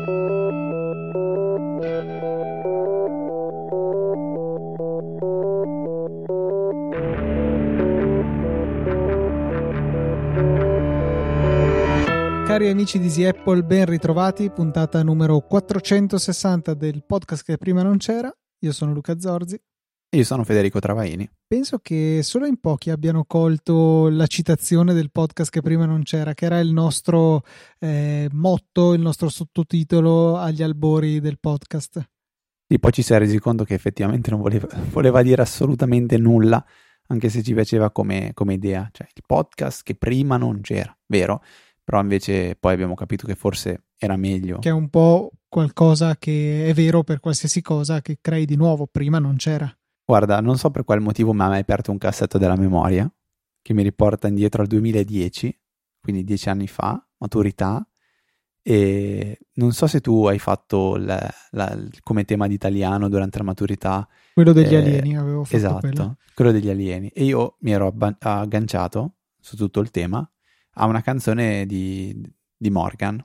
Cari amici di Easy Apple, ben ritrovati, puntata numero 460 del podcast che prima non c'era. Io sono Luca Zorzi. Io sono Federico Travaini. Penso che solo in pochi abbiano colto la citazione del podcast che prima non c'era, che era il nostro motto, il nostro sottotitolo agli albori del podcast. E poi ci si è resi conto che effettivamente non voleva dire assolutamente nulla, anche se ci piaceva come idea. Cioè il podcast che prima non c'era, vero? Però invece poi abbiamo capito che forse era meglio. Che è un po' qualcosa che è vero per qualsiasi cosa che crei di nuovo, prima non c'era. Guarda, non so per quale motivo, ma mi hai aperto un cassetto della memoria che mi riporta indietro al 2010, quindi 10 anni fa, maturità, e non so se tu hai fatto come tema di italiano durante la maturità. Quello degli alieni, avevo fatto esatto, quello degli alieni. E io mi ero agganciato su tutto il tema a una canzone di Morgan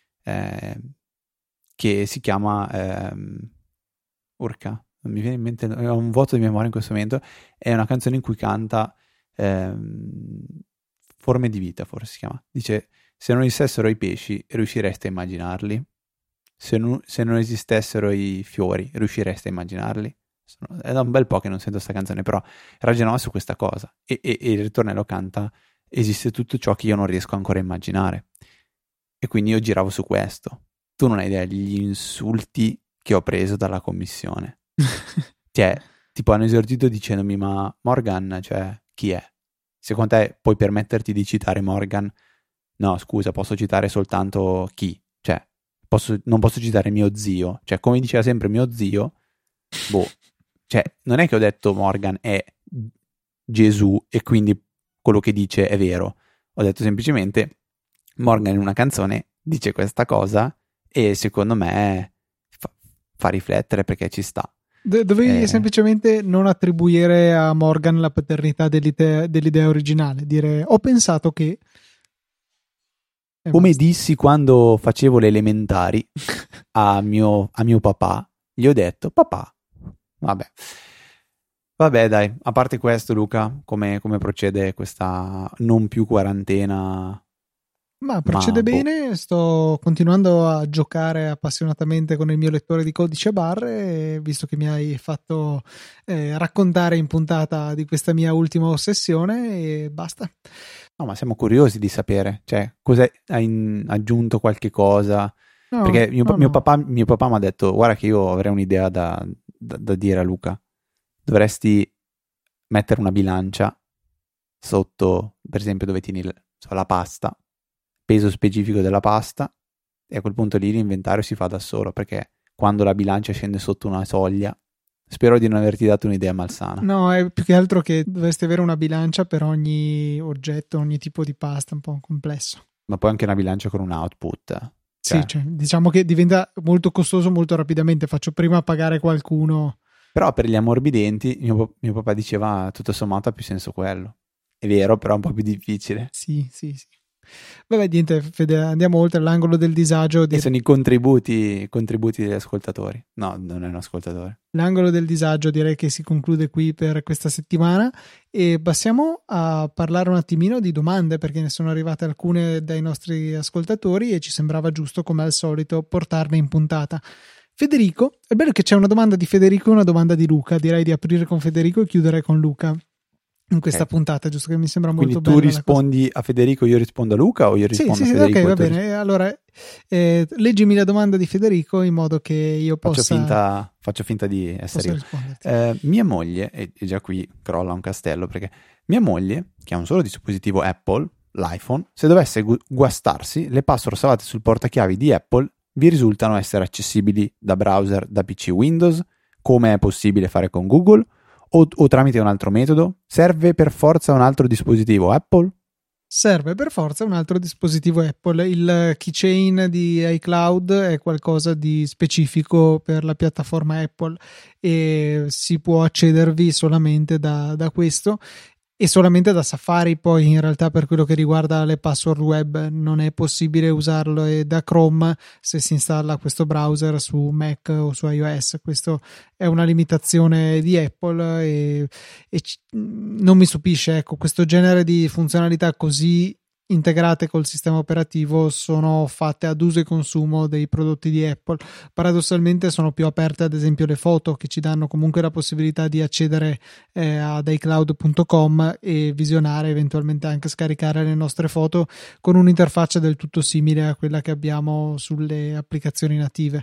che si chiama Urca, non mi viene in mente, ho un vuoto di memoria in questo momento. È una canzone in cui canta Forme di vita, forse si chiama. Dice: se non esistessero i pesci riuscireste a immaginarli? Se non esistessero i fiori riuscireste a immaginarli? È da un bel po' che non sento questa canzone, però ragionava su questa cosa e il ritornello canta: esiste tutto ciò che io non riesco ancora a immaginare. E quindi io giravo su questo. Tu non hai idea degli insulti che ho preso dalla commissione. Cioè, tipo hanno esordito dicendomi: ma Morgan, cioè, chi è? Secondo te puoi permetterti di citare Morgan? No, scusa, posso citare soltanto chi? Cioè, non posso citare mio zio. Cioè, come diceva sempre mio zio, cioè, non è che ho detto Morgan è Gesù e quindi quello che dice è vero. Ho detto semplicemente Morgan in una canzone dice questa cosa e secondo me fa riflettere, perché ci sta. Dovevi semplicemente non attribuire a Morgan la paternità dell'idea originale, dire ho pensato che... Come dissi quando facevo le elementari a mio papà, gli ho detto: papà, vabbè dai, a parte questo, Luca, come procede questa non più quarantena? Ma procede bene, sto continuando a giocare appassionatamente con il mio lettore di codice barre, visto che mi hai fatto raccontare in puntata di questa mia ultima ossessione, e basta. No, ma siamo curiosi di sapere, cioè, hai aggiunto qualche cosa? No, perché mio no. papà mi ha detto: guarda che io avrei un'idea da dire a Luca. Dovresti mettere una bilancia sotto, per esempio, dove tieni la pasta, peso specifico della pasta, e a quel punto lì l'inventario si fa da solo, perché quando la bilancia scende sotto una soglia, spero di non averti dato un'idea malsana. No, è più che altro che dovresti avere una bilancia per ogni oggetto, ogni tipo di pasta, un po' complesso. Ma poi anche una bilancia con un output. Sì, cioè, diciamo che diventa molto costoso molto rapidamente, faccio prima pagare qualcuno. Però per gli ammorbidenti mio papà diceva tutto sommato ha più senso quello. È vero, però è un po' più difficile. Sì. Vabbè, niente, Fede, andiamo oltre l'angolo del disagio. E sono i contributi degli ascoltatori. No, non è un ascoltatore. L'angolo del disagio direi che si conclude qui per questa settimana e passiamo a parlare un attimino di domande, perché ne sono arrivate alcune dai nostri ascoltatori e ci sembrava giusto, come al solito, portarle in puntata. Federico, è bello che c'è una domanda di Federico e una domanda di Luca. Direi di aprire con Federico e chiudere con Luca in questa puntata, giusto, che mi sembra molto bello. Quindi tu rispondi a Federico, io rispondo a Luca, o io rispondo a Federico? Ok, va bene. Allora, leggimi la domanda di Federico in modo che io possa... Faccio finta di essere io. Mia moglie, e già qui crolla un castello, perché mia moglie, che ha un solo dispositivo Apple, l'iPhone, se dovesse guastarsi, le password salvate sul portachiavi di Apple vi risultano essere accessibili da browser da PC Windows, come è possibile fare con Google, o tramite un altro metodo? Serve per forza un altro dispositivo Apple? Serve per forza un altro dispositivo Apple. Il keychain di iCloud è qualcosa di specifico per la piattaforma Apple e si può accedervi solamente da questo. e solamente da Safari. Poi in realtà per quello che riguarda le password web non è possibile usarlo da Chrome se si installa questo browser su Mac o su iOS. Questo è una limitazione di Apple non mi stupisce, ecco, questo genere di funzionalità così integrate col sistema operativo sono fatte ad uso e consumo dei prodotti di Apple. Paradossalmente sono più aperte ad esempio le foto, che ci danno comunque la possibilità di accedere ad iCloud.com e visionare, eventualmente anche scaricare le nostre foto con un'interfaccia del tutto simile a quella che abbiamo sulle applicazioni native.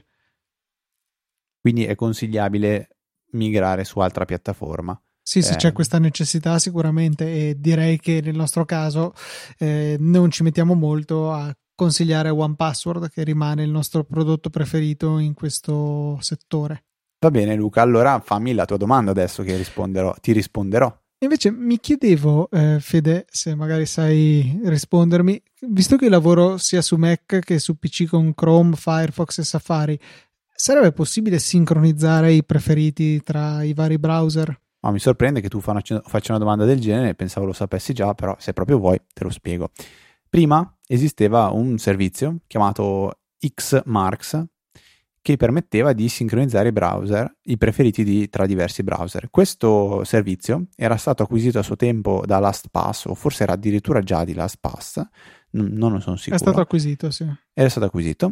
Quindi è consigliabile migrare su altra piattaforma. Sì, se c'è questa necessità sicuramente, e direi che nel nostro caso non ci mettiamo molto a consigliare OnePassword, che rimane il nostro prodotto preferito in questo settore. Va bene Luca, allora fammi la tua domanda adesso che ti risponderò. Invece mi chiedevo, Fede, se magari sai rispondermi, visto che lavoro sia su Mac che su PC con Chrome, Firefox e Safari, sarebbe possibile sincronizzare i preferiti tra i vari browser? Ma mi sorprende che tu faccia una domanda del genere, pensavo lo sapessi già, però se proprio vuoi te lo spiego. Prima esisteva un servizio chiamato Xmarks che permetteva di sincronizzare i preferiti tra diversi browser. Questo servizio era stato acquisito a suo tempo da LastPass, o forse era addirittura già di LastPass, non ne sono sicuro. È stato acquisito, sì. Era stato acquisito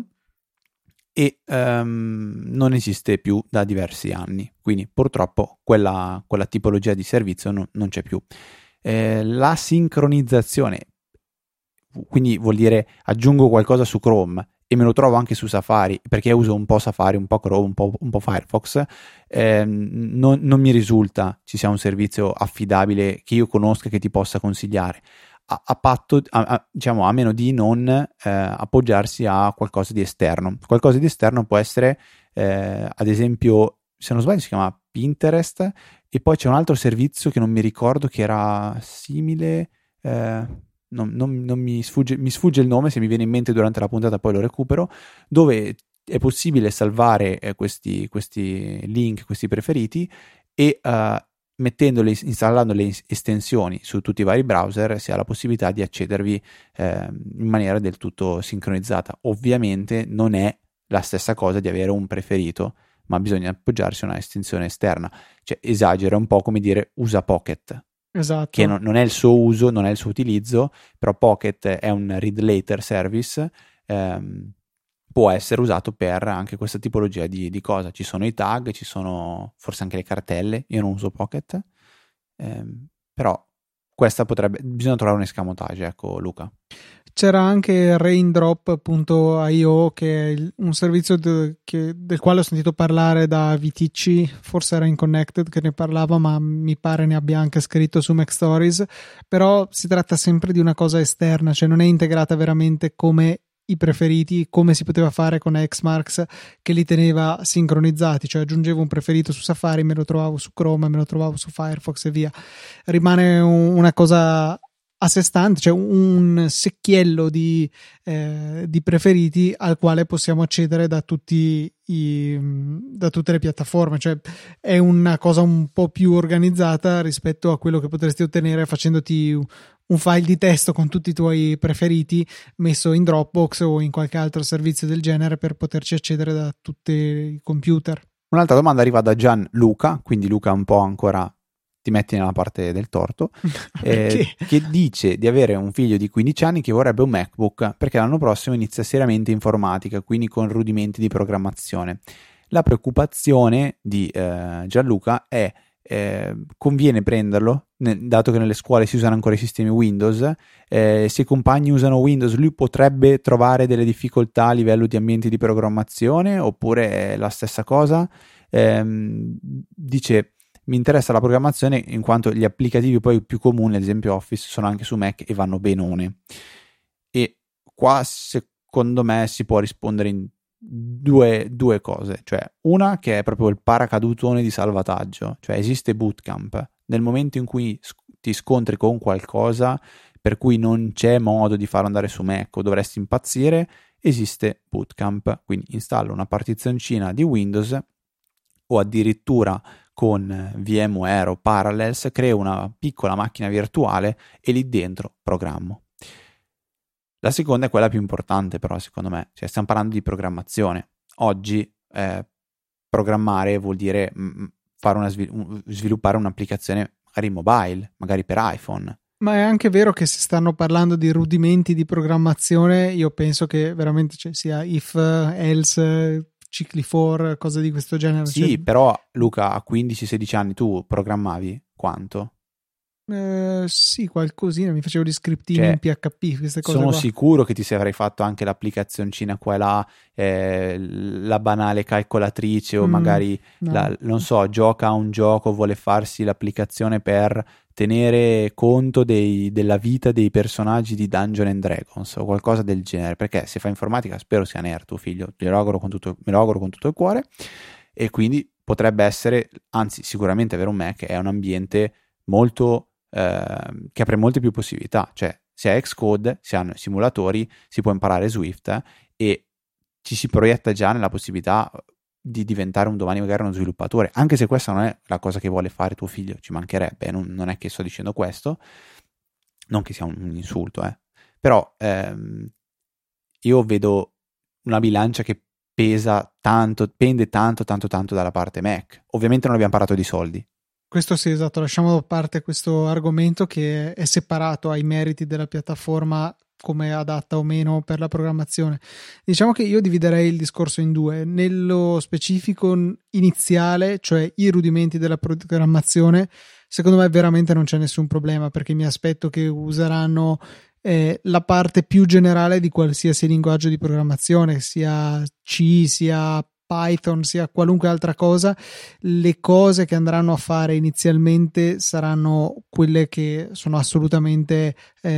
e non esiste più da diversi anni, quindi purtroppo quella tipologia di servizio non c'è più. La sincronizzazione, quindi vuol dire aggiungo qualcosa su Chrome e me lo trovo anche su Safari, perché uso un po' Safari, un po' Chrome, un po' Firefox, non mi risulta ci sia un servizio affidabile che io conosca che ti possa consigliare. Diciamo, a meno di non appoggiarsi a qualcosa di esterno. Qualcosa di esterno può essere ad esempio, se non sbaglio si chiama Pinterest, e poi c'è un altro servizio che non mi ricordo, che era simile, non mi sfugge il nome, se mi viene in mente durante la puntata poi lo recupero, dove è possibile salvare questi link, questi preferiti, e installando le estensioni su tutti i vari browser si ha la possibilità di accedervi in maniera del tutto sincronizzata. Ovviamente non è la stessa cosa di avere un preferito, ma bisogna appoggiarsi a una estensione esterna. Cioè, esagera un po' come dire usa Pocket. Esatto. Che non è il suo uso, non è il suo utilizzo, però Pocket è un read later service, può essere usato per anche questa tipologia di cosa. Ci sono i tag, ci sono forse anche le cartelle. Io non uso Pocket, però bisogna trovare un escamotage, ecco Luca. C'era anche Raindrop.io, che è un servizio del quale ho sentito parlare da VTC, forse era in Connected che ne parlava, ma mi pare ne abbia anche scritto su Mac Stories. Però si tratta sempre di una cosa esterna, cioè non è integrata veramente come i preferiti, come si poteva fare con Xmarks, che li teneva sincronizzati, cioè aggiungevo un preferito su Safari, me lo trovavo su Chrome, me lo trovavo su Firefox e via. Rimane una cosa a sé stante, cioè un secchiello di preferiti al quale possiamo accedere da tutte le piattaforme. Cioè è una cosa un po' più organizzata rispetto a quello che potresti ottenere facendoti un file di testo con tutti i tuoi preferiti messo in Dropbox o in qualche altro servizio del genere per poterci accedere da tutti i computer. Un'altra domanda arriva da Gianluca, quindi Luca un po' ancora ti metti nella parte del torto, che dice di avere un figlio di 15 anni che vorrebbe un MacBook perché l'anno prossimo inizia seriamente informatica, quindi con rudimenti di programmazione. La preoccupazione di Gianluca è conviene prenderlo, dato che nelle scuole si usano ancora i sistemi Windows, se i compagni usano Windows lui potrebbe trovare delle difficoltà a livello di ambienti di programmazione, oppure è la stessa cosa? Dice: mi interessa la programmazione in quanto gli applicativi poi più comuni, ad esempio Office, sono anche su Mac e vanno benone. E qua secondo me si può rispondere in due cose, cioè una che è proprio il paracadutone di salvataggio, cioè esiste Bootcamp. Nel momento in cui ti scontri con qualcosa per cui non c'è modo di farlo andare su Mac o dovresti impazzire, esiste Bootcamp, quindi installa una partizioncina di Windows o addirittura con VMware o Parallels creo una piccola macchina virtuale e lì dentro programmo. La seconda è quella più importante però secondo me, cioè stiamo parlando di programmazione. Oggi programmare vuol dire sviluppare un'applicazione magari mobile, magari per iPhone. Ma è anche vero che se stanno parlando di rudimenti di programmazione, io penso che veramente sia if, else, cicli for, cose di questo genere. Sì, però Luca, a 15-16 anni tu programmavi quanto? Sì, qualcosina, mi facevo gli scriptini in PHP, queste cose sono qua. sicuro che ti sei avrai fatto anche l'applicazioncina qua e là, la banale calcolatrice o magari, no. non so, gioca a un gioco, vuole farsi l'applicazione per tenere conto della vita dei personaggi di Dungeons and Dragons o qualcosa del genere, perché se fa informatica spero sia nerd tuo figlio, me lo auguro con tutto il cuore, e quindi potrebbe essere, anzi sicuramente avere un Mac è un ambiente molto che apre molte più possibilità, cioè si ha Xcode, si hanno i simulatori, si può imparare Swift e ci si proietta già nella possibilità di diventare un domani magari uno sviluppatore, anche se questa non è la cosa che vuole fare tuo figlio, ci mancherebbe, non è che sto dicendo questo, non che sia un insulto, però io vedo una bilancia che pende tanto dalla parte Mac. Ovviamente non abbiamo parlato di soldi. Questo sì, esatto, lasciamo da parte questo argomento che è separato ai meriti della piattaforma come adatta o meno per la programmazione. Diciamo che io dividerei il discorso in due. Nello specifico iniziale, cioè i rudimenti della programmazione, secondo me veramente non c'è nessun problema, perché mi aspetto che useranno la parte più generale di qualsiasi linguaggio di programmazione, sia C, sia Python, sia qualunque altra cosa. Le cose che andranno a fare inizialmente saranno quelle che sono assolutamente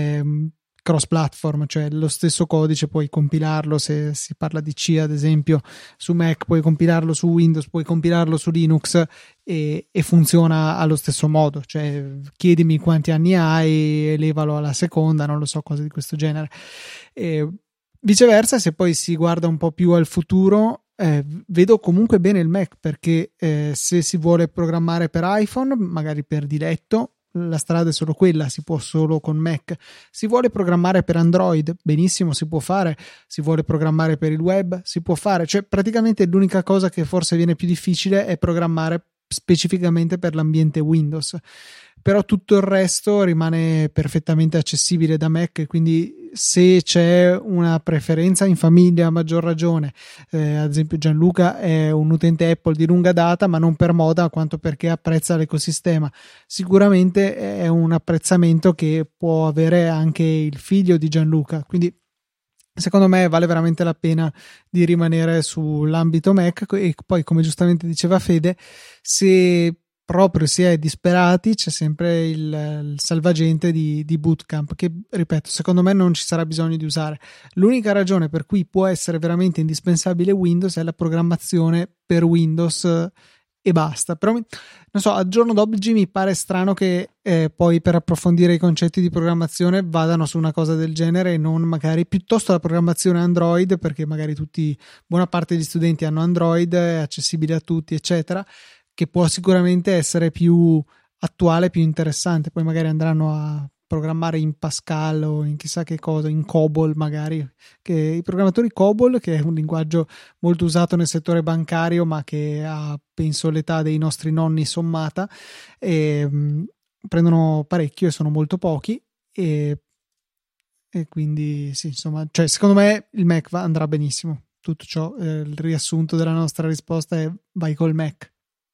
cross platform, cioè lo stesso codice puoi compilarlo, se si parla di C ad esempio su Mac, puoi compilarlo su Windows, puoi compilarlo su Linux e funziona allo stesso modo, cioè chiedimi quanti anni hai, elevalo alla seconda, non lo so, cose di questo genere. Viceversa, se poi si guarda un po' più al futuro, vedo comunque bene il Mac, perché se si vuole programmare per iPhone, magari per diletto, la strada è solo quella, si può solo con Mac. Si vuole programmare per Android, benissimo, si può fare. Si vuole programmare per il web, si può fare. Cioè praticamente l'unica cosa che forse viene più difficile è programmare specificamente per l'ambiente Windows, però tutto il resto rimane perfettamente accessibile da Mac, quindi se c'è una preferenza in famiglia a maggior ragione, ad esempio Gianluca è un utente Apple di lunga data ma non per moda quanto perché apprezza l'ecosistema, sicuramente è un apprezzamento che può avere anche il figlio di Gianluca, quindi secondo me vale veramente la pena di rimanere sull'ambito Mac. E poi, come giustamente diceva Fede, se proprio si è disperati c'è sempre il salvagente di Bootcamp, che ripeto, secondo me non ci sarà bisogno di usare. L'unica ragione per cui può essere veramente indispensabile Windows è la programmazione per Windows e basta. Però non so, al giorno d'oggi mi pare strano che poi per approfondire i concetti di programmazione vadano su una cosa del genere e non magari piuttosto la programmazione Android, perché magari buona parte degli studenti hanno Android, è accessibile a tutti eccetera, che può sicuramente essere più attuale, più interessante. Poi magari andranno a programmare in Pascal o in chissà che cosa, in COBOL magari, che i programmatori COBOL, che è un linguaggio molto usato nel settore bancario ma che ha penso l'età dei nostri nonni sommata, prendono parecchio e sono molto pochi e quindi sì, insomma, cioè secondo me il Mac andrà benissimo. Tutto ciò, il riassunto della nostra risposta è vai col Mac.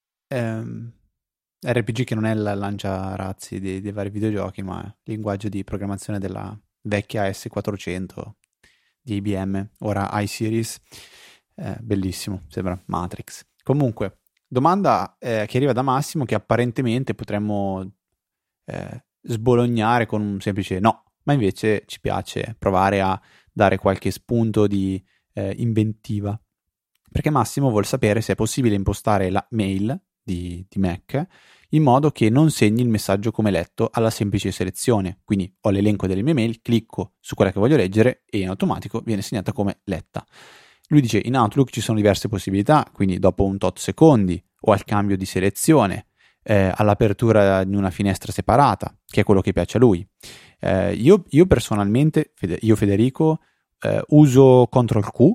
RPG che non è la lanciarazzi dei vari videogiochi, ma è il linguaggio di programmazione della vecchia S400 di IBM, ora iSeries, bellissimo, sembra Matrix. Comunque, domanda che arriva da Massimo, che apparentemente potremmo sbolognare con un semplice no, ma invece ci piace provare a dare qualche spunto di inventiva, perché Massimo vuol sapere se è possibile impostare la mail di Mac in modo che non segni il messaggio come letto alla semplice selezione. Quindi ho l'elenco delle mie mail, clicco su quella che voglio leggere e in automatico viene segnata come letta. Lui dice in Outlook ci sono diverse possibilità, quindi dopo un tot secondi o al cambio di selezione, all'apertura di una finestra separata, che è quello che piace a lui. Io personalmente, io Federico, uso Ctrl Q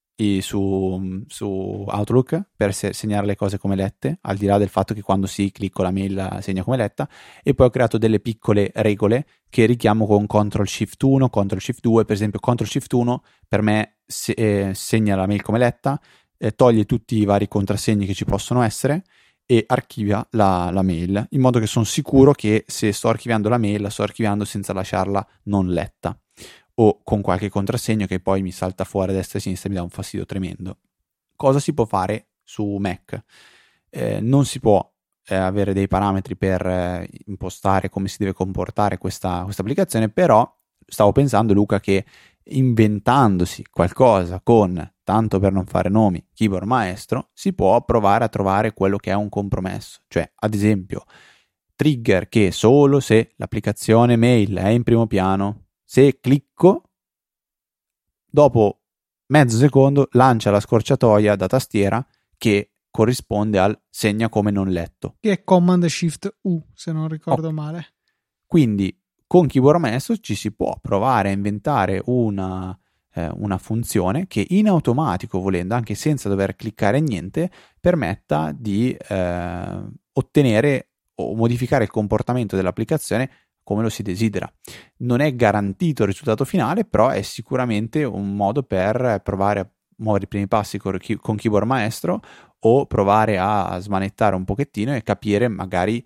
su Outlook per segnare le cose come lette, al di là del fatto che quando clicco la mail la segna come letta, e poi ho creato delle piccole regole che richiamo con Ctrl Shift 1, Ctrl Shift 2. Per esempio Ctrl Shift 1 per me segna la mail come letta, toglie tutti i vari contrassegni che ci possono essere e archivia la mail, in modo che sono sicuro che se sto archiviando la mail la sto archiviando senza lasciarla non letta o con qualche contrassegno che poi mi salta fuori a destra e a sinistra e mi dà un fastidio tremendo. Cosa si può fare su Mac? Non si può avere dei parametri per impostare come si deve comportare questa applicazione, però stavo pensando, Luca, che inventandosi qualcosa con, tanto per non fare nomi, Keyboard Maestro, si può provare a trovare quello che è un compromesso. Cioè, ad esempio, trigger che solo se l'applicazione mail è in primo piano, se clicco, dopo mezzo secondo lancia la scorciatoia da tastiera che corrisponde al segna come non letto. Che è Command Shift U, se non ricordo male. Quindi con Keyboard Maestro ci si può provare a inventare una funzione che in automatico, volendo, anche senza dover cliccare niente, permetta di ottenere o modificare il comportamento dell'applicazione come lo si desidera. Non è garantito il risultato finale, però è sicuramente un modo per provare a muovere i primi passi con Keyboard Maestro o provare a smanettare un pochettino e capire magari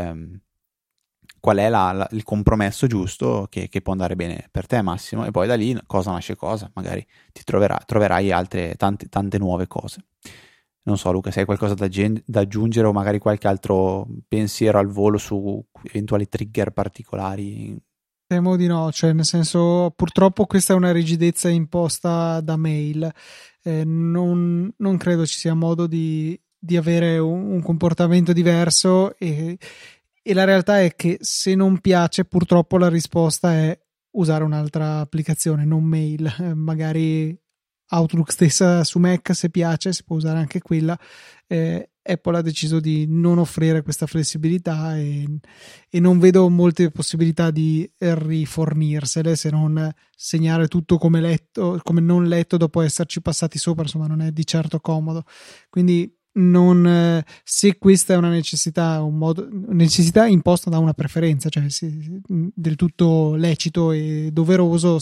qual è il compromesso giusto che può andare bene per te, Massimo, e poi da lì cosa nasce cosa, magari ti troverai altre tante nuove cose. Non so, Luca, se hai qualcosa da aggiungere o magari qualche altro pensiero al volo su eventuali trigger particolari. Temo di no, cioè nel senso, purtroppo questa è una rigidezza imposta da mail. Non credo ci sia modo di avere un comportamento diverso e la realtà è che se non piace, purtroppo la risposta è usare un'altra applicazione, non mail. Magari Outlook stessa su Mac, se piace, si può usare anche quella. Apple ha deciso di non offrire questa flessibilità e non vedo molte possibilità di rifornirsele, se non segnare tutto come letto, come non letto dopo esserci passati sopra. Insomma, non è di certo comodo. Quindi se questa è una necessità, necessità imposta da una preferenza, cioè del tutto lecito e doveroso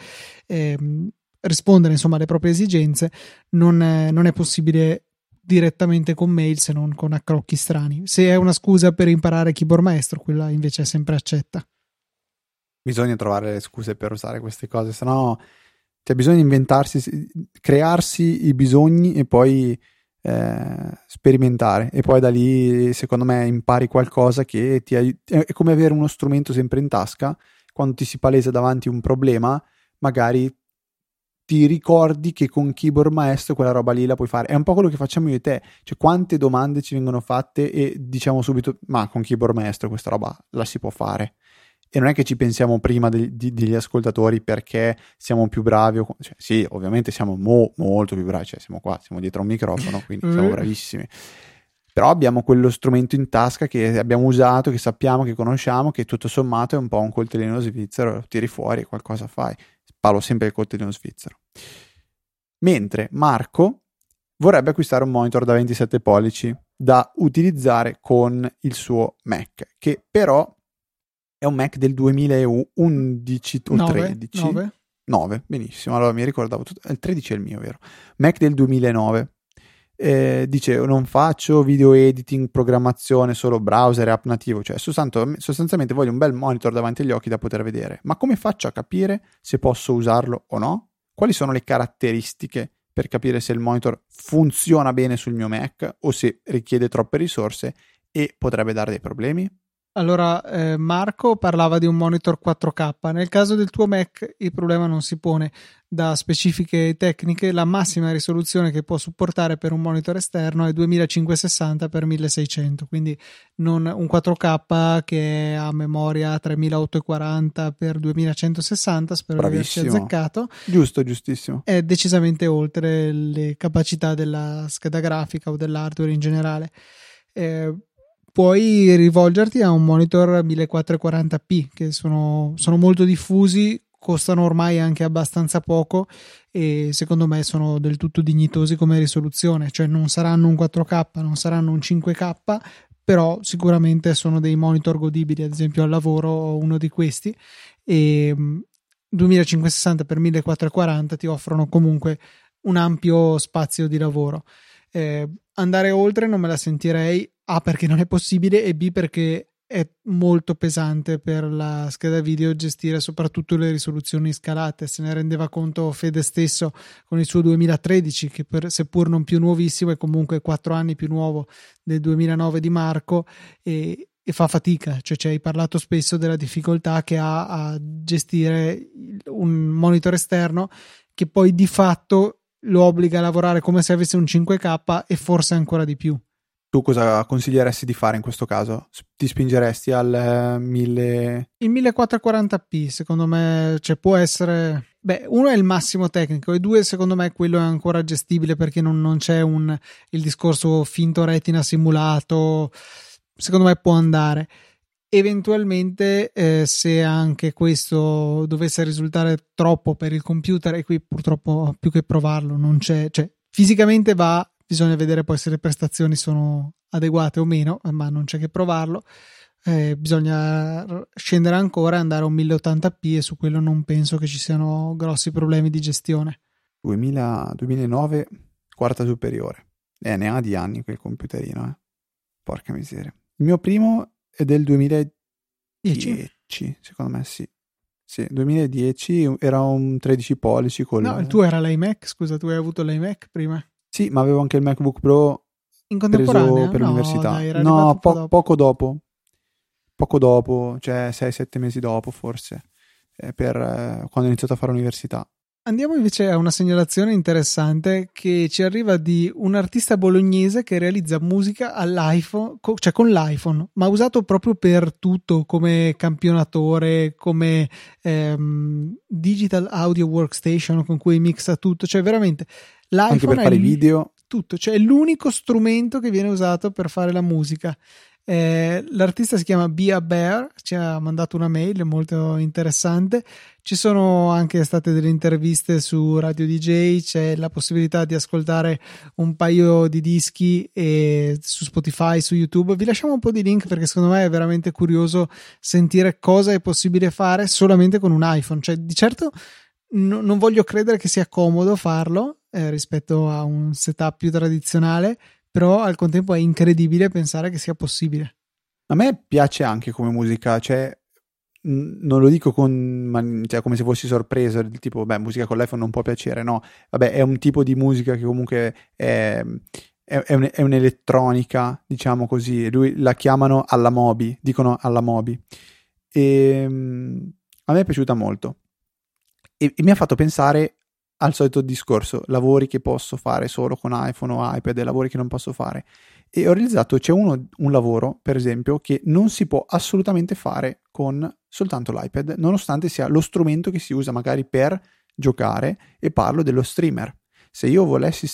rispondere insomma alle proprie esigenze, non è possibile direttamente con mail, se non con accrocchi strani. Se è una scusa per imparare Keyboard Maestro, quella invece è sempre accetta. Bisogna trovare le scuse per usare queste cose, sennò bisogna inventarsi, crearsi i bisogni e poi sperimentare, e poi da lì secondo me impari qualcosa che ti aiuta. È come avere uno strumento sempre in tasca. Quando ti si palesa davanti un problema, magari ti ricordi che con Keyboard Maestro quella roba lì la puoi fare. È un po' quello che facciamo io e te, cioè quante domande ci vengono fatte e diciamo subito ma con Keyboard Maestro questa roba la si può fare, e non è che ci pensiamo prima degli ascoltatori perché siamo più bravi, cioè, sì, ovviamente siamo molto più bravi, cioè siamo qua, siamo dietro a un microfono, quindi siamo bravissimi, però abbiamo quello strumento in tasca che abbiamo usato, che sappiamo, che conosciamo, che tutto sommato è un po' un coltellino svizzero, lo tiri fuori e qualcosa fai. Parlo sempre del coltellino svizzero. Mentre Marco vorrebbe acquistare un monitor da 27 pollici da utilizzare con il suo Mac, che però è un Mac del 2011 o 13? 9, benissimo, allora mi ricordavo tutto. Il 13 è il mio, vero? Mac del 2009. Dice non faccio video editing, programmazione, solo browser e app nativo, cioè sostanzialmente voglio un bel monitor davanti agli occhi da poter vedere, ma come faccio a capire se posso usarlo o no? Quali sono le caratteristiche per capire se il monitor funziona bene sul mio Mac o se richiede troppe risorse e potrebbe dare dei problemi? Allora, Marco parlava di un monitor 4K. Nel caso del tuo Mac il problema non si pone da specifiche tecniche. La massima risoluzione che può supportare per un monitor esterno è 2560x1600, quindi non un 4K che ha memoria 3840x2160, spero di averci Bravissimo. azzeccato. Giusto, giustissimo. È decisamente oltre le capacità della scheda grafica o dell'hardware in generale. Puoi rivolgerti a un monitor 1440p che sono molto diffusi, costano ormai anche abbastanza poco e secondo me sono del tutto dignitosi come risoluzione, cioè non saranno un 4K, non saranno un 5K, però sicuramente sono dei monitor godibili. Ad esempio al lavoro ho uno di questi e 2560x1440 ti offrono comunque un ampio spazio di lavoro. Andare oltre non me la sentirei, A perché non è possibile e B perché è molto pesante per la scheda video gestire soprattutto le risoluzioni scalate. Se ne rendeva conto Fede stesso con il suo 2013 che seppur non più nuovissimo è comunque 4 anni più nuovo del 2009 di Marco e fa fatica, cioè ci hai parlato spesso della difficoltà che ha a gestire un monitor esterno che poi di fatto lo obbliga a lavorare come se avesse un 5K e forse ancora di più. Tu cosa consiglieresti di fare in questo caso? Ti spingeresti al 1000? Il 1440p secondo me, cioè, può essere, beh, uno è il massimo tecnico e due secondo me quello è ancora gestibile perché non c'è il discorso finto retina simulato, secondo me può andare. Eventualmente se anche questo dovesse risultare troppo per il computer, e qui purtroppo più che provarlo non c'è, cioè fisicamente va, bisogna vedere poi se le prestazioni sono adeguate o meno, ma non c'è che provarlo. Bisogna scendere ancora e andare a un 1080p e su quello non penso che ci siano grossi problemi di gestione. 2009, quarta superiore. Ne ha di anni quel computerino, porca miseria. Il mio primo è del 2010, secondo me sì. Sì, 2010 era un 13 pollici No, il tuo era l'iMac, scusa, tu hai avuto l'iMac prima? Sì, ma avevo anche il MacBook Pro in contemporanea? preso per No, l'università. dai, era No, arrivato un po' dopo. Poco dopo, cioè 6-7 mesi dopo forse, quando ho iniziato a fare l'università. Andiamo invece a una segnalazione interessante che ci arriva di un artista bolognese che realizza musica all'iPhone, cioè con l'iPhone, ma usato proprio per tutto, come campionatore, come digital audio workstation con cui mixa tutto, cioè veramente l'iPhone anche per fare video, tutto, cioè è l'unico strumento che viene usato per fare la musica. L'artista si chiama Be A Bear, ci ha mandato una mail molto interessante. Ci sono anche state delle interviste su Radio DJ, c'è la possibilità di ascoltare un paio di dischi su Spotify, su YouTube. Vi lasciamo un po' di link perché secondo me è veramente curioso sentire cosa è possibile fare solamente con un iPhone. Cioè, di certo non voglio credere che sia comodo farlo rispetto a un setup più tradizionale, però al contempo è incredibile pensare che sia possibile. A me piace anche come musica, cioè non lo dico cioè, come se fossi sorpreso, del tipo, beh, musica con l'iPhone non può piacere, no, vabbè, è un tipo di musica che comunque è un'elettronica, diciamo così, lui la chiamano alla Moby, dicono alla Moby, e a me è piaciuta molto, e mi ha fatto pensare al solito discorso, lavori che posso fare solo con iPhone o iPad e lavori che non posso fare, e ho realizzato c'è un lavoro per esempio che non si può assolutamente fare con soltanto l'iPad, nonostante sia lo strumento che si usa magari per giocare, e parlo dello streamer. Se io volessi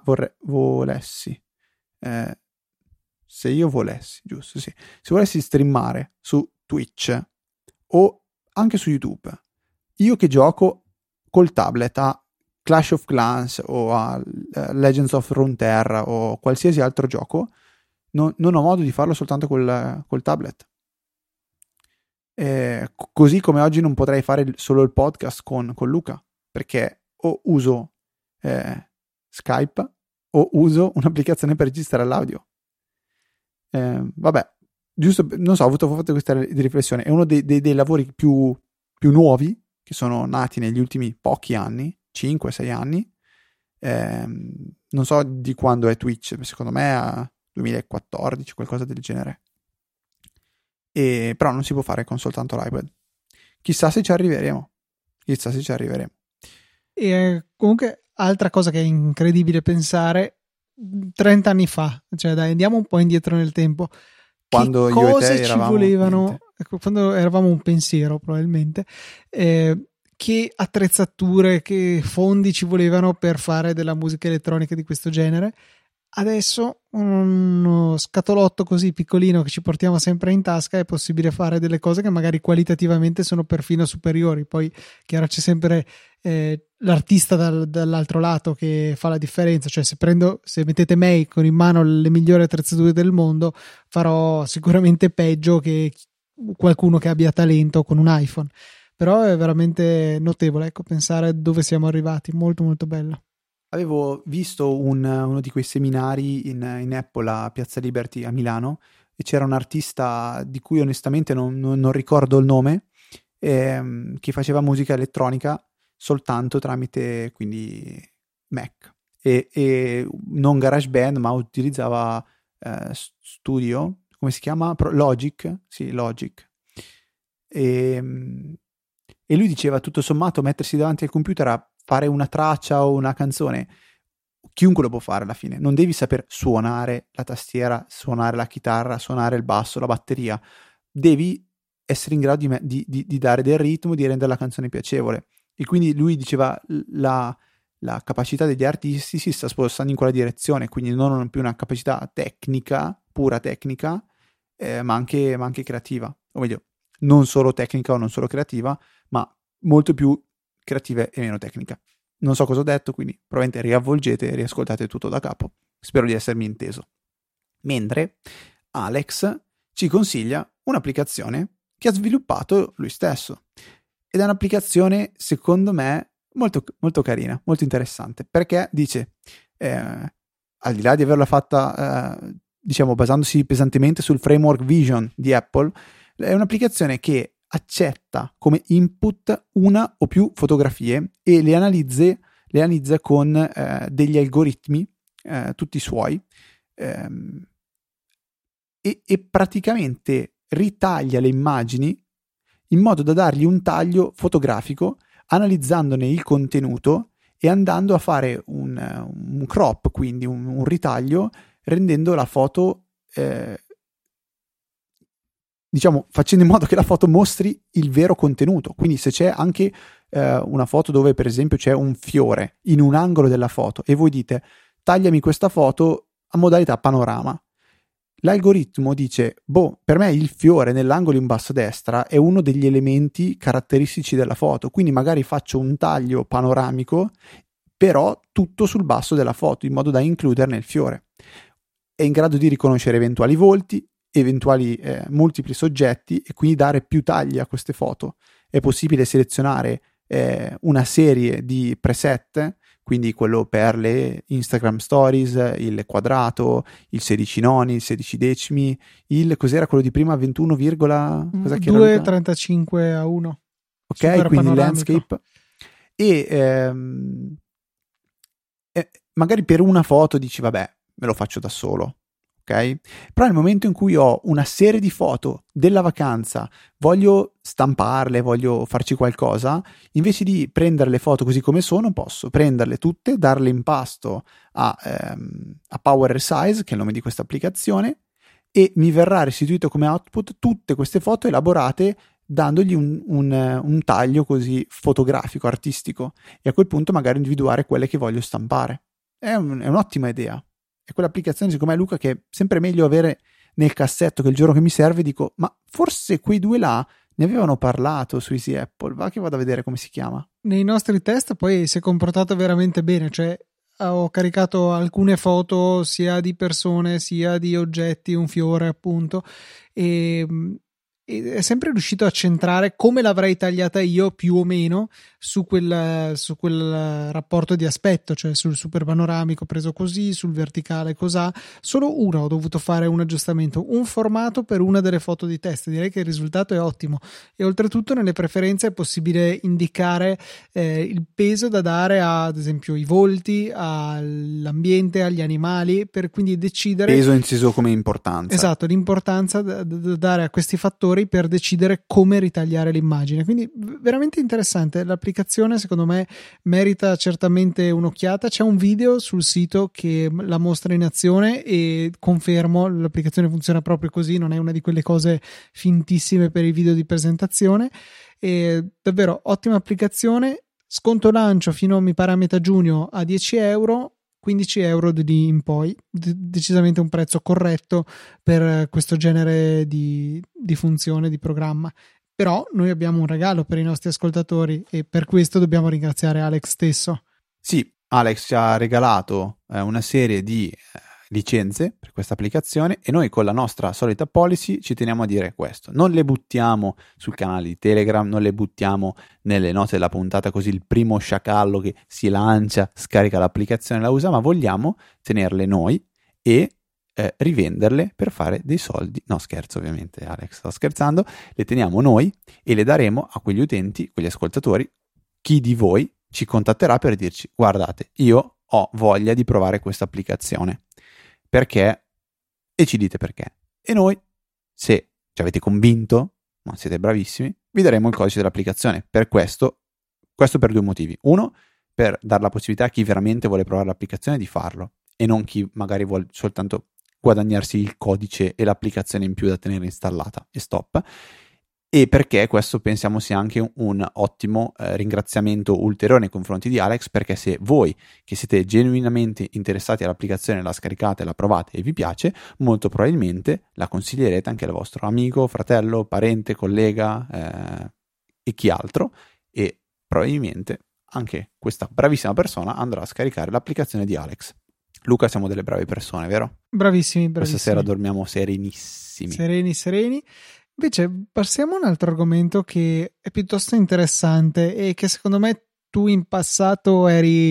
giusto, sì, se volessi streamare su Twitch o anche su YouTube, io che gioco col tablet a Clash of Clans o a Legends of Runeterra o qualsiasi altro gioco, non ho modo di farlo soltanto col tablet. Così come oggi non potrei fare solo il podcast con Luca, perché o uso Skype o uso un'applicazione per registrare l'audio. Vabbè, giusto, non so, ho fatto questa riflessione. È uno dei lavori più nuovi che sono nati negli ultimi pochi anni, 5-6 anni. Non so di quando è Twitch, secondo me è 2014, qualcosa del genere. Però non si può fare con soltanto l'iPad. Chissà se ci arriveremo. E comunque, altra cosa che è incredibile pensare, 30 anni fa, cioè dai, andiamo un po' indietro nel tempo. Quando che io e te cose ci eravamo volevano, quando eravamo un pensiero probabilmente, che attrezzature, che fondi ci volevano per fare della musica elettronica di questo genere. Adesso uno scatolotto così piccolino che ci portiamo sempre in tasca è possibile fare delle cose che magari qualitativamente sono perfino superiori. Poi chiaro c'è sempre l'artista dall'altro lato che fa la differenza, cioè se mettete me con in mano le migliori attrezzature del mondo farò sicuramente peggio che qualcuno che abbia talento con un iPhone, però è veramente notevole, ecco, pensare dove siamo arrivati, molto molto bello. Avevo visto uno di quei seminari in Apple a Piazza Liberty a Milano e c'era un artista di cui onestamente non ricordo il nome, che faceva musica elettronica soltanto tramite quindi Mac e non GarageBand, ma utilizzava Studio, come si chiama? Logic? Sì, Logic. E lui diceva tutto sommato mettersi davanti al computer a fare una traccia o una canzone, chiunque lo può fare alla fine, non devi saper suonare la tastiera, suonare la chitarra, suonare il basso, la batteria, devi essere in grado di dare del ritmo, di rendere la canzone piacevole. E quindi lui diceva la capacità degli artisti si sta spostando in quella direzione, quindi non più una capacità tecnica, pura tecnica, ma anche creativa, o meglio, non solo tecnica o non solo creativa, ma molto più creativa e meno tecnica. Non so cosa ho detto, quindi probabilmente riavvolgete e riascoltate tutto da capo. Spero di essermi inteso. Mentre Alex ci consiglia un'applicazione che ha sviluppato lui stesso. Ed è un'applicazione, secondo me, molto, molto carina, molto interessante, perché dice, al di là di averla fatta, diciamo, basandosi pesantemente sul framework Vision di Apple, è un'applicazione che accetta come input una o più fotografie e le analizza con degli algoritmi, tutti suoi, e praticamente ritaglia le immagini in modo da dargli un taglio fotografico, analizzandone il contenuto e andando a fare un crop, quindi un ritaglio, rendendo la foto, diciamo, facendo in modo che la foto mostri il vero contenuto. Quindi se c'è anche una foto dove per esempio c'è un fiore in un angolo della foto e voi dite tagliami questa foto a modalità panorama, l'algoritmo dice per me il fiore nell'angolo in basso a destra è uno degli elementi caratteristici della foto, quindi magari faccio un taglio panoramico però tutto sul basso della foto in modo da includerne il fiore. È in grado di riconoscere eventuali volti, eventuali multipli soggetti e quindi dare più tagli a queste foto. È possibile selezionare una serie di preset, quindi quello per le Instagram Stories, il quadrato, il 16 noni, il 16 decimi, cos'era quello di prima, 21, cos'è che era, 2,35 a 1. Ok, super quindi panoramico. landscape. E magari per una foto dici vabbè, me lo faccio da solo. Okay? Però nel momento in cui ho una serie di foto della vacanza, voglio stamparle, voglio farci qualcosa, invece di prendere le foto così come sono, posso prenderle tutte, darle in pasto a Power Resize, che è il nome di questa applicazione, e mi verrà restituito come output tutte queste foto elaborate dandogli un taglio così fotografico, artistico, e a quel punto magari individuare quelle che voglio stampare. È un'ottima idea. È quell'applicazione, secondo me, Luca, che è sempre meglio avere nel cassetto, che il giorno che mi serve dico, ma forse quei due là ne avevano parlato su Easy Apple, va che vado a vedere come si chiama. Nei nostri test poi si è comportato veramente bene, cioè ho caricato alcune foto sia di persone sia di oggetti, un fiore appunto, e e è sempre riuscito a centrare come l'avrei tagliata io più o meno su quel rapporto di aspetto, cioè sul super panoramico preso così, sul verticale cos'ha. Solo una ho dovuto fare un aggiustamento, un formato per una delle foto di test. Direi che il risultato è ottimo, e oltretutto nelle preferenze è possibile indicare il peso da dare ad esempio i volti, all'ambiente, agli animali, per quindi decidere peso inteso come importanza. Esatto, l'importanza da dare a questi fattori per decidere come ritagliare l'immagine. Quindi veramente interessante l'applicazione, secondo me merita certamente un'occhiata. C'è un video sul sito che la mostra in azione e confermo, l'applicazione funziona proprio così, non è una di quelle cose fintissime per i video di presentazione. E davvero ottima applicazione. Sconto lancio fino mi pare a metà giugno a 10 euro, 15 euro di lì in poi, decisamente un prezzo corretto per questo genere di funzione, di programma. Però noi abbiamo un regalo per i nostri ascoltatori e per questo dobbiamo ringraziare Alex stesso. Sì, Alex ci ha regalato una serie di licenze per questa applicazione e noi con la nostra solita policy ci teniamo a dire questo: non le buttiamo sul canale di Telegram, non le buttiamo nelle note della puntata così il primo sciacallo che si lancia scarica l'applicazione e la usa, ma vogliamo tenerle noi e rivenderle per fare dei soldi. No, scherzo, ovviamente, Alex, sto scherzando. Le teniamo noi e le daremo a quegli utenti, quegli ascoltatori. Chi di voi ci contatterà per dirci: guardate, io ho voglia di provare questa applicazione, perché? E ci dite perché. E noi, se ci avete convinto, ma siete bravissimi, vi daremo il codice dell'applicazione. Per questo per due motivi. Uno, per dare la possibilità a chi veramente vuole provare l'applicazione di farlo, e non chi magari vuole soltanto guadagnarsi il codice e l'applicazione in più da tenere installata e stop. E perché questo pensiamo sia anche un ottimo ringraziamento ulteriore nei confronti di Alex, perché se voi che siete genuinamente interessati all'applicazione la scaricate, la provate e vi piace, molto probabilmente la consiglierete anche al vostro amico, fratello, parente, collega e chi altro, e probabilmente anche questa bravissima persona andrà a scaricare l'applicazione di Alex. Luca, siamo delle brave persone, vero? Bravissimi. Questa sera dormiamo serenissimi. Sereni. Invece passiamo a un altro argomento che è piuttosto interessante e che secondo me tu in passato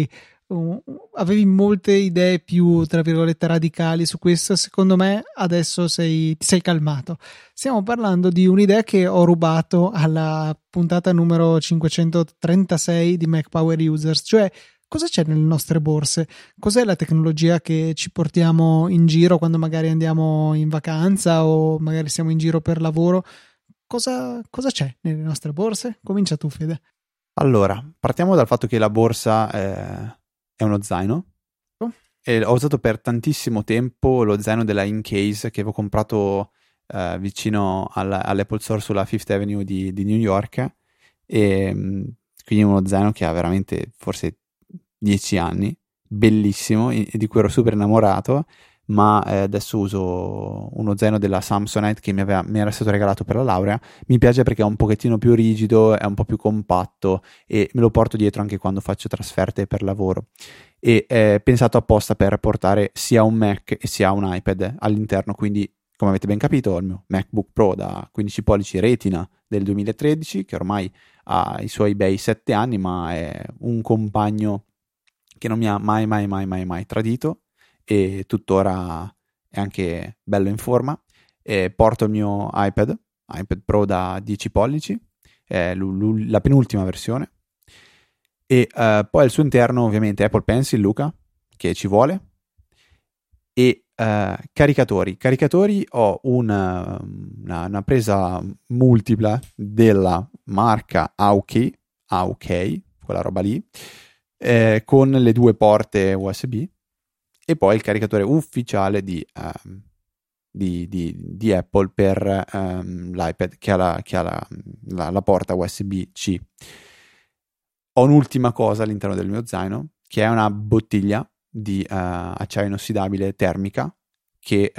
avevi molte idee più, tra virgolette, radicali su questo. Secondo me adesso ti sei calmato. Stiamo parlando di un'idea che ho rubato alla puntata numero 536 di Mac Power Users, cioè cosa c'è nelle nostre borse? Cos'è la tecnologia che ci portiamo in giro quando magari andiamo in vacanza o magari siamo in giro per lavoro? Cosa c'è nelle nostre borse? Comincia tu, Fede. Allora, partiamo dal fatto che la borsa è uno zaino. E ho usato per tantissimo tempo lo zaino della Incase che avevo comprato vicino all'Apple Store sulla Fifth Avenue di New York, e quindi uno zaino che ha veramente forse 10 anni, bellissimo, e di cui ero super innamorato, ma adesso uso uno zaino della Samsonite che mi era stato regalato per la laurea. Mi piace perché è un pochettino più rigido, è un po' più compatto e me lo porto dietro anche quando faccio trasferte per lavoro, e è pensato apposta per portare sia un Mac e sia un iPad all'interno. Quindi, come avete ben capito, ho il mio MacBook Pro da 15 pollici Retina del 2013 che ormai ha i suoi bei 7 anni, ma è un compagno che non mi ha mai tradito e tuttora è anche bello in forma. Porto il mio iPad Pro da 10 pollici, è la penultima versione, e poi al suo interno ovviamente Apple Pencil, Luca, che ci vuole, e caricatori. Ho una presa multipla della marca Aukey, quella roba lì, con le 2 porte USB, e poi il caricatore ufficiale di Apple per l'iPad che ha la porta USB-C. Ho un'ultima cosa all'interno del mio zaino, che è una bottiglia di acciaio inossidabile termica che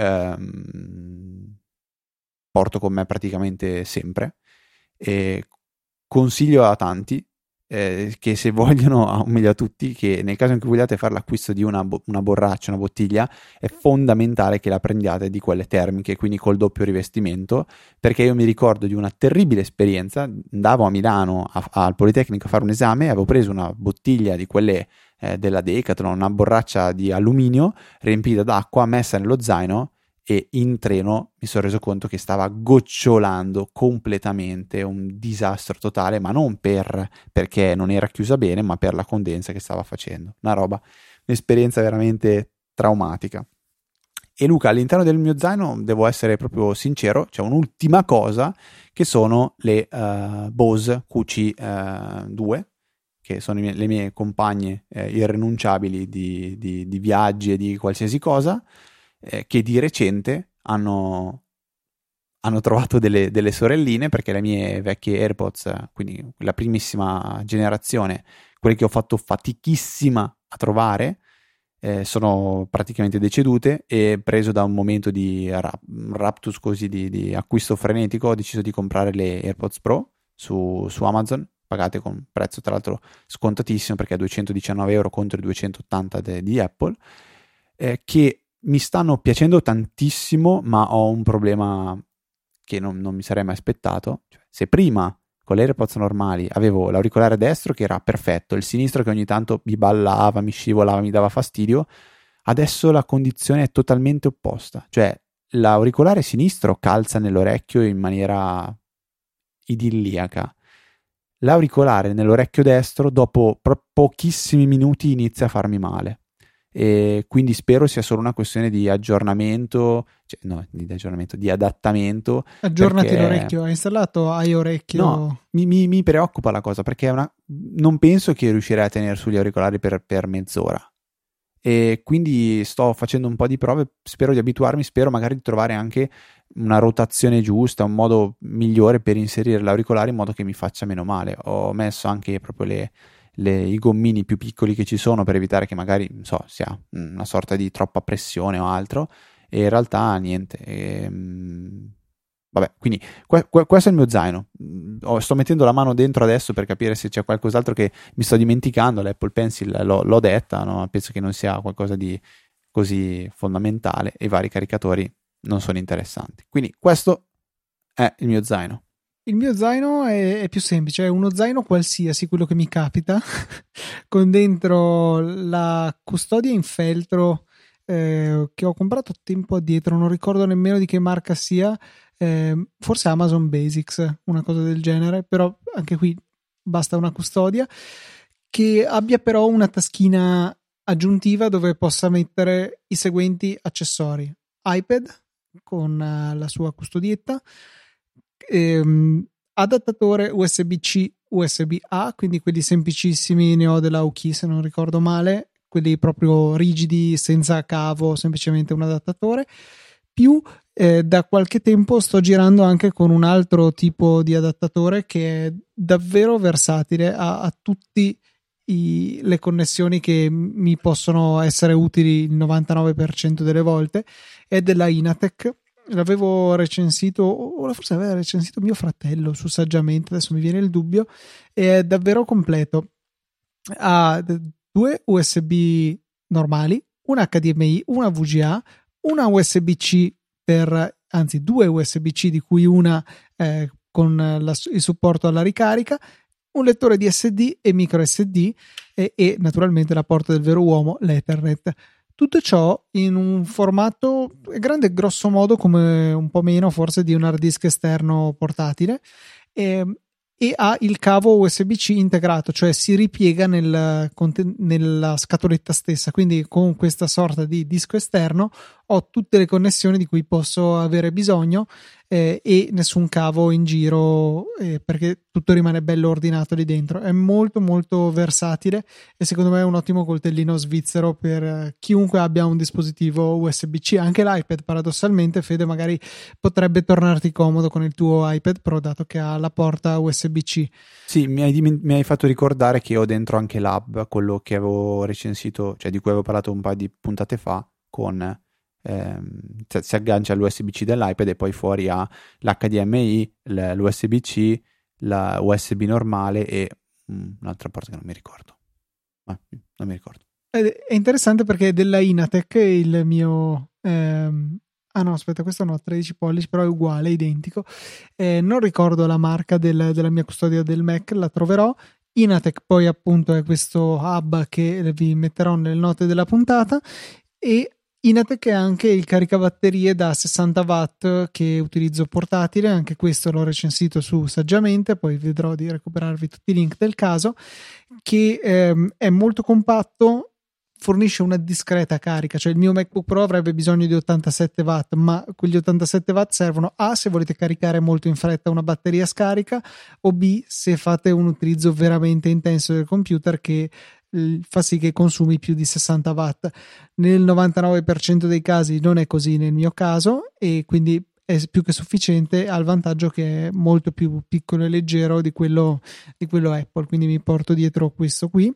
porto con me praticamente sempre, e consiglio a tanti che se vogliono, o meglio a tutti, che nel caso in cui vogliate fare l'acquisto di una borraccia, una bottiglia, è fondamentale che la prendiate di quelle termiche, quindi col doppio rivestimento, perché io mi ricordo di una terribile esperienza. Andavo a Milano al Politecnico a fare un esame, avevo preso una bottiglia di quelle della Decathlon, una borraccia di alluminio riempita d'acqua, messa nello zaino, e in treno mi sono reso conto che stava gocciolando completamente, un disastro totale, ma non perché non era chiusa bene, ma per la condensa che stava facendo. Un'esperienza veramente traumatica. E Luca, all'interno del mio zaino, devo essere proprio sincero, c'è un'ultima cosa, che sono le Bose QC2, che sono le mie compagne irrinunciabili di viaggi e di qualsiasi cosa, che di recente hanno trovato delle sorelline, perché le mie vecchie AirPods, quindi la primissima generazione, quelle che ho fatto fatichissima a trovare, sono praticamente decedute, e preso da un momento di raptus, così di acquisto frenetico, ho deciso di comprare le AirPods Pro su Amazon, pagate con un prezzo tra l'altro scontatissimo, perché è 219 euro contro i 280 di Apple, che mi stanno piacendo tantissimo, ma ho un problema che non mi sarei mai aspettato. Cioè, se prima con le AirPods normali avevo l'auricolare destro che era perfetto, il sinistro che ogni tanto mi ballava, mi scivolava, mi dava fastidio, adesso la condizione è totalmente opposta. Cioè, l'auricolare sinistro calza nell'orecchio in maniera idilliaca. L'auricolare nell'orecchio destro, dopo pochissimi minuti, inizia a farmi male. E quindi spero sia solo una questione di aggiornamento, di adattamento. Aggiornati l'orecchio, hai installato iOrecchio? No, mi preoccupa la cosa, perché non penso che riuscirei a tenere sugli auricolari per mezz'ora, e quindi sto facendo un po' di prove, spero di abituarmi, spero magari di trovare anche una rotazione giusta, un modo migliore per inserire l'auricolare in modo che mi faccia meno male. Ho messo anche proprio i gommini più piccoli che ci sono, per evitare che magari, non so, sia una sorta di troppa pressione o altro, e in realtà niente. Vabbè, quindi questo è il mio zaino. Sto mettendo la mano dentro adesso per capire se c'è qualcos'altro che mi sto dimenticando. L'Apple Pencil l'ho detta, no? Penso che non sia qualcosa di così fondamentale, e i vari caricatori non sono interessanti. Quindi questo è il mio zaino. Il mio zaino è più semplice, è uno zaino qualsiasi, quello che mi capita, con dentro la custodia in feltro che ho comprato tempo addietro, non ricordo nemmeno di che marca sia, forse Amazon Basics, una cosa del genere, però anche qui basta una custodia, che abbia però una taschina aggiuntiva dove possa mettere i seguenti accessori: iPad con la sua custodietta, adattatore USB-C USB-A, quindi quelli semplicissimi, ne ho della Uki se non ricordo male, quelli proprio rigidi, senza cavo, semplicemente un adattatore. Più da qualche tempo sto girando anche con un altro tipo di adattatore che è davvero versatile, ha tutte le connessioni che mi possono essere utili il 99% delle volte. È della Inatech, l'avevo recensito, o forse aveva recensito mio fratello su Saggiamente, adesso mi viene il dubbio. È davvero completo, ha due USB normali, una HDMI, una VGA, una USB-C due USB-C, di cui una con il supporto alla ricarica, un lettore di SD e micro SD, e naturalmente la porta del vero uomo, l'Ethernet. Tutto ciò in un formato grande, grosso modo come un po' meno forse di un hard disk esterno portatile, e ha il cavo USB-C integrato, cioè si ripiega nella scatoletta stessa, quindi con questa sorta di disco esterno ho tutte le connessioni di cui posso avere bisogno, e nessun cavo in giro, perché tutto rimane bello ordinato lì dentro. È molto molto versatile, e secondo me è un ottimo coltellino svizzero per chiunque abbia un dispositivo USB-C. Anche l'iPad, paradossalmente, Fede, magari potrebbe tornarti comodo con il tuo iPad Pro, dato che ha la porta USB-C. Sì, mi hai fatto ricordare che ho dentro anche l'hub, quello che avevo recensito, cioè di cui avevo parlato un paio di puntate fa, con si aggancia all'USB-C dell'iPad, e poi fuori ha l'HDMI, l'USB-C, la USB normale e un'altra porta che non mi ricordo. Non mi ricordo. È interessante perché della Inatec il mio no, aspetta, questo no, 13 pollici, però è uguale, identico. Non ricordo la marca della mia custodia del Mac, la troverò. Inatec poi appunto è questo hub che vi metterò nelle note della puntata, e Inatec è anche il caricabatterie da 60 watt che utilizzo portatile, anche questo l'ho recensito su Saggiamente, poi vedrò di recuperarvi tutti i link del caso, che è molto compatto, fornisce una discreta carica, cioè il mio MacBook Pro avrebbe bisogno di 87 watt, ma quegli 87 watt servono A se volete caricare molto in fretta una batteria scarica, o B se fate un utilizzo veramente intenso del computer che fa sì che consumi più di 60 watt. Nel 99% dei casi non è così nel mio caso, e quindi è più che sufficiente, ha il vantaggio che è molto più piccolo e leggero di quello Apple, quindi mi porto dietro questo qui,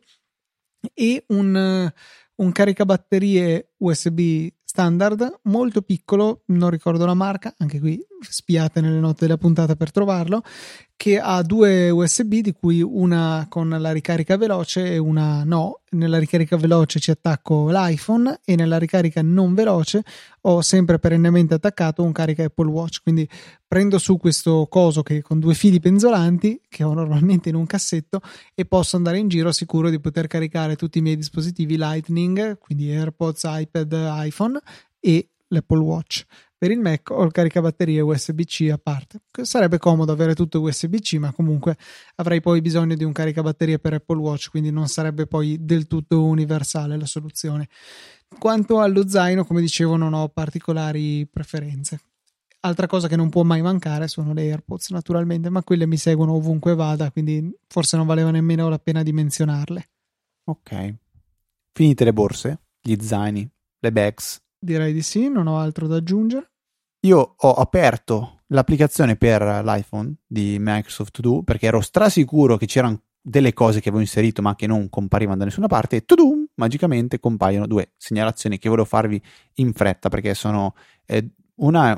e un caricabatterie USB standard molto piccolo, non ricordo la marca, anche qui spiate nelle note della puntata per trovarlo, che ha due USB di cui una con la ricarica veloce e una no. Nella ricarica veloce ci attacco l'iPhone e nella ricarica non veloce ho sempre perennemente attaccato un carica Apple Watch, quindi prendo su questo coso che con due fili penzolanti che ho normalmente in un cassetto e posso andare in giro sicuro di poter caricare tutti i miei dispositivi Lightning, quindi AirPods, iPad, iPhone e l'Apple Watch. Per il Mac ho il caricabatterie USB-C a parte. Sarebbe comodo avere tutto USB-C, ma comunque avrei poi bisogno di un caricabatterie per Apple Watch, quindi non sarebbe poi del tutto universale la soluzione. Quanto allo zaino, come dicevo, non ho particolari preferenze. Altra cosa che non può mai mancare sono le AirPods, naturalmente, ma quelle mi seguono ovunque vada, quindi forse non valeva nemmeno la pena di menzionarle. Ok. Finite le borse, gli zaini, le bags? Direi di sì, non ho altro da aggiungere. Io ho aperto l'applicazione per l'iPhone di Microsoft To Do perché ero strasicuro che c'erano delle cose che avevo inserito ma che non comparivano da nessuna parte, e tudum, magicamente compaiono due segnalazioni che volevo farvi in fretta perché sono una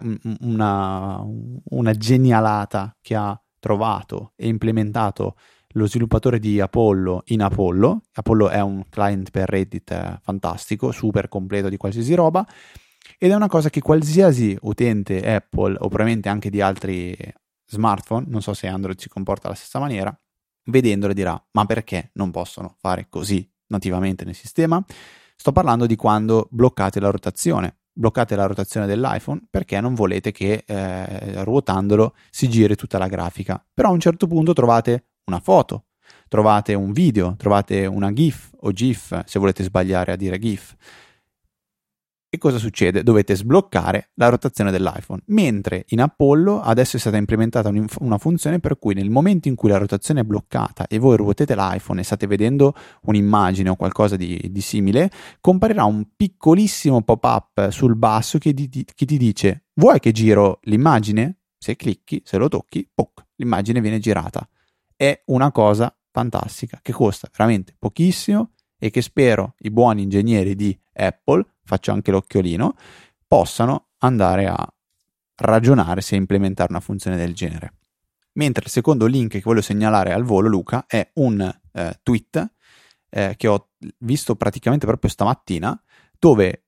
genialata che ha trovato e implementato lo sviluppatore di Apollo in Apollo. Apollo è un client per Reddit fantastico, super completo di qualsiasi roba, ed è una cosa che qualsiasi utente Apple o probabilmente anche di altri smartphone, non so se Android si comporta alla stessa maniera, vedendolo dirà: ma perché non possono fare così nativamente nel sistema? Sto parlando di quando bloccate la rotazione dell'iPhone perché non volete che ruotandolo si giri tutta la grafica, però a un certo punto trovate una foto, trovate un video, trovate una GIF o GIF se volete sbagliare a dire GIF. E cosa succede? Dovete sbloccare la rotazione dell'iPhone, mentre in Apollo adesso è stata implementata una funzione per cui nel momento in cui la rotazione è bloccata e voi ruotete l'iPhone e state vedendo un'immagine o qualcosa di simile, comparirà un piccolissimo pop-up sul basso che ti dice: vuoi che giro l'immagine? Se clicchi, se lo tocchi, l'immagine viene girata. È una cosa fantastica che costa veramente pochissimo e che spero i buoni ingegneri di Apple, faccio anche l'occhiolino, possano andare a ragionare se implementare una funzione del genere. Mentre il secondo link che voglio segnalare al volo, Luca, è un tweet che ho visto praticamente proprio stamattina, dove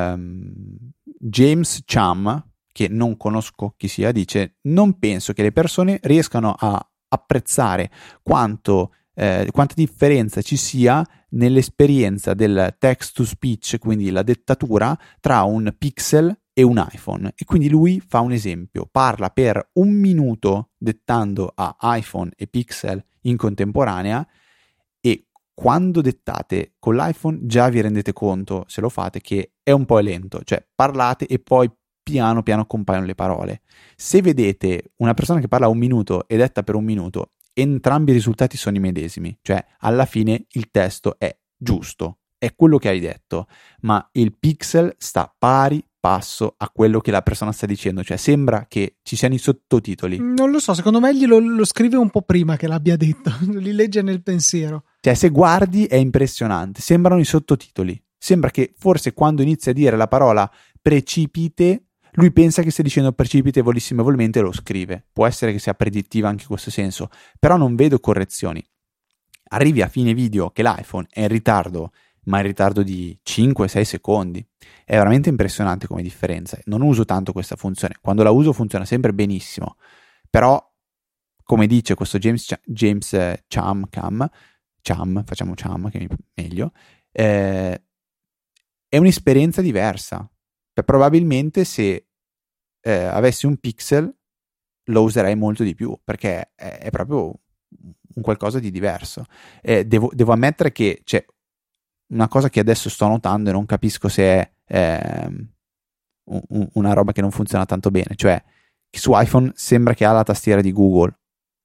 James Cham, che non conosco chi sia, dice: non penso che le persone riescano a apprezzare quanta differenza ci sia nell'esperienza del text to speech, quindi la dettatura tra un Pixel e un iPhone. E quindi lui fa un esempio, parla per 1 minuto dettando a iPhone e Pixel in contemporanea, e quando dettate con l'iPhone già vi rendete conto, se lo fate, che è un po' lento, cioè parlate e poi piano piano compaiono le parole. Se vedete una persona che parla 1 minuto e detta per 1 minuto, entrambi i risultati sono i medesimi, cioè alla fine il testo è giusto, è quello che hai detto, ma il Pixel sta pari passo a quello che la persona sta dicendo, cioè sembra che ci siano i sottotitoli. Non lo so, secondo me lo scrive un po' prima che l'abbia detto, li legge nel pensiero. Cioè se guardi è impressionante, sembrano i sottotitoli, sembra che forse quando inizia a dire la parola precipite lui pensa che stia dicendo precipitevolissimamente e lo scrive. Può essere che sia predittiva anche in questo senso, però non vedo correzioni. arrivi a fine video che l'iPhone è in ritardo, ma in ritardo di 5-6 secondi. È veramente impressionante come differenza. Non uso tanto questa funzione, quando la uso funziona sempre benissimo, però come dice questo James Cham, facciamo Cham che è meglio, è un'esperienza diversa. Probabilmente se avessi un Pixel lo userei molto di più, perché è proprio un qualcosa di diverso. Devo ammettere che c'è una cosa che adesso sto notando e non capisco se è una roba che non funziona tanto bene, cioè che su iPhone sembra che ha la tastiera di Google,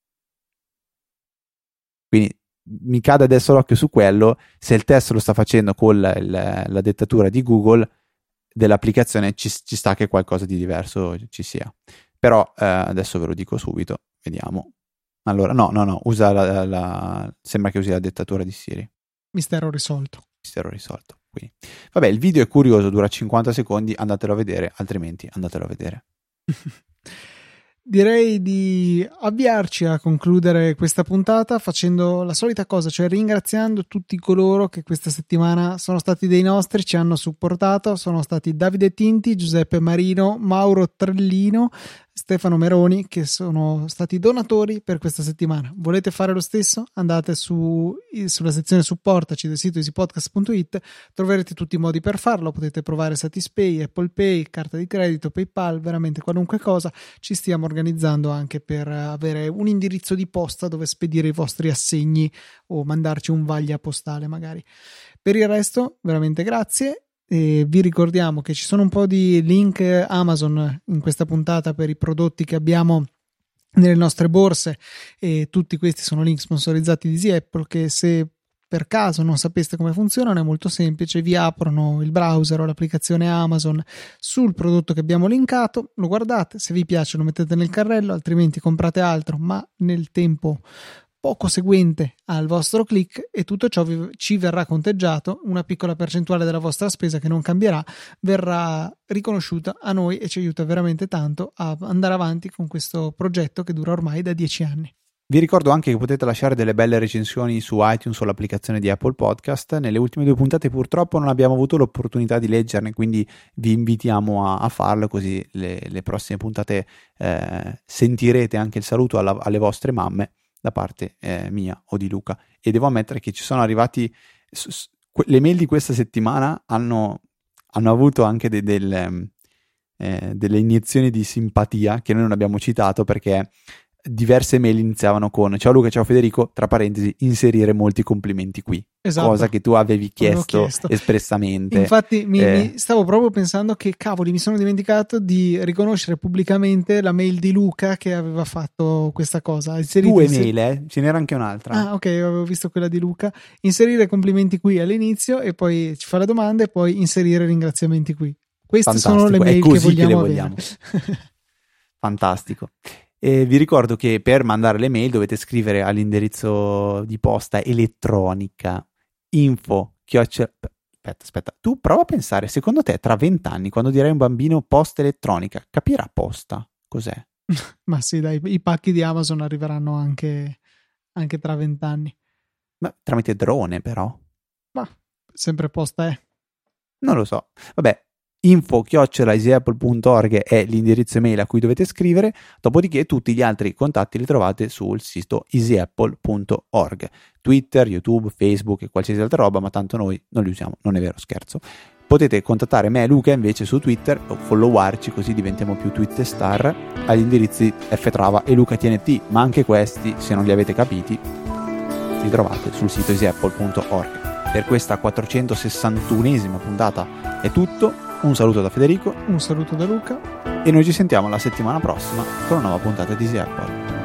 quindi mi cade adesso l'occhio su quello. Se il test lo sta facendo con la dettatura di Google dell'applicazione, ci sta che qualcosa di diverso ci sia, però adesso ve lo dico subito, vediamo. Allora no, usa sembra che usi la dettatura di Siri. Mistero risolto. Quindi, vabbè, il video è curioso, dura 50 secondi, andatelo a vedere, altrimenti andatelo a vedere. Direi di avviarci a concludere questa puntata facendo la solita cosa, cioè ringraziando tutti coloro che questa settimana sono stati dei nostri, ci hanno supportato. Sono stati Davide Tinti, Giuseppe Marino, Mauro Trellino, Stefano Meroni, che sono stati donatori per questa settimana. Volete fare lo stesso? Andate sulla sezione supportaci del sito easypodcast.it, troverete tutti i modi per farlo. Potete provare Satispay, Apple Pay, carta di credito, PayPal, veramente qualunque cosa. Ci stiamo organizzando anche per avere un indirizzo di posta dove spedire i vostri assegni o mandarci un vaglia postale magari. Per il resto, veramente grazie. E vi ricordiamo che ci sono un po' di link Amazon in questa puntata per i prodotti che abbiamo nelle nostre borse, e tutti questi sono link sponsorizzati di Easy Apple, che se per caso non sapeste come funzionano è molto semplice: vi aprono il browser o l'applicazione Amazon sul prodotto che abbiamo linkato, lo guardate, se vi piace lo mettete nel carrello, altrimenti comprate altro ma nel tempo poco seguente al vostro click, e tutto ciò ci verrà conteggiato. Una piccola percentuale della vostra spesa, che non cambierà, verrà riconosciuta a noi e ci aiuta veramente tanto a andare avanti con questo progetto che dura ormai da 10 anni. Vi ricordo anche che potete lasciare delle belle recensioni su iTunes o l'applicazione di Apple Podcast. Nelle ultime 2 puntate purtroppo non abbiamo avuto l'opportunità di leggerne, quindi vi invitiamo a farlo, così le prossime puntate sentirete anche il saluto alle vostre mamme da parte mia o di Luca. E devo ammettere che ci sono arrivati le mail di questa settimana hanno avuto anche delle iniezioni di simpatia che noi non abbiamo citato, perché diverse mail iniziavano con "ciao Luca, ciao Federico, tra parentesi, inserire molti complimenti qui". Esatto. Cosa che tu avevi chiesto espressamente. Infatti mi stavo proprio pensando che cavoli, mi sono dimenticato di riconoscere pubblicamente la mail di Luca che aveva fatto questa cosa. 2 mail, ce n'era anche un'altra. Ah, ok, avevo visto quella di Luca. Inserire complimenti qui all'inizio, e poi ci fa la domanda, e poi inserire ringraziamenti qui. Queste sono le mail che vogliamo avere. Fantastico. E vi ricordo che per mandare le mail dovete scrivere all'indirizzo di posta elettronica info. Aspetta, tu prova a pensare, secondo te tra 20 anni, quando dirai a un bambino posta elettronica, capirà posta cos'è? Ma sì, dai, i pacchi di Amazon arriveranno anche tra 20 anni. Ma tramite drone, però. Ma sempre posta è. Non lo so. Vabbè, info@easyapple.org è l'indirizzo email a cui dovete scrivere. Dopodiché tutti gli altri contatti li trovate sul sito easyapple.org. Twitter, YouTube, Facebook e qualsiasi altra roba, ma tanto noi non li usiamo, non è vero, scherzo. Potete contattare me e Luca invece su Twitter o followarci, così diventiamo più Twitter star, agli indirizzi ftrava e lucatnt, ma anche questi, se non li avete capiti, li trovate sul sito easyapple.org. Per questa 461esima puntata è tutto. Un saluto da Federico, un saluto da Luca, e noi ci sentiamo la settimana prossima con una nuova puntata di Easy Apple.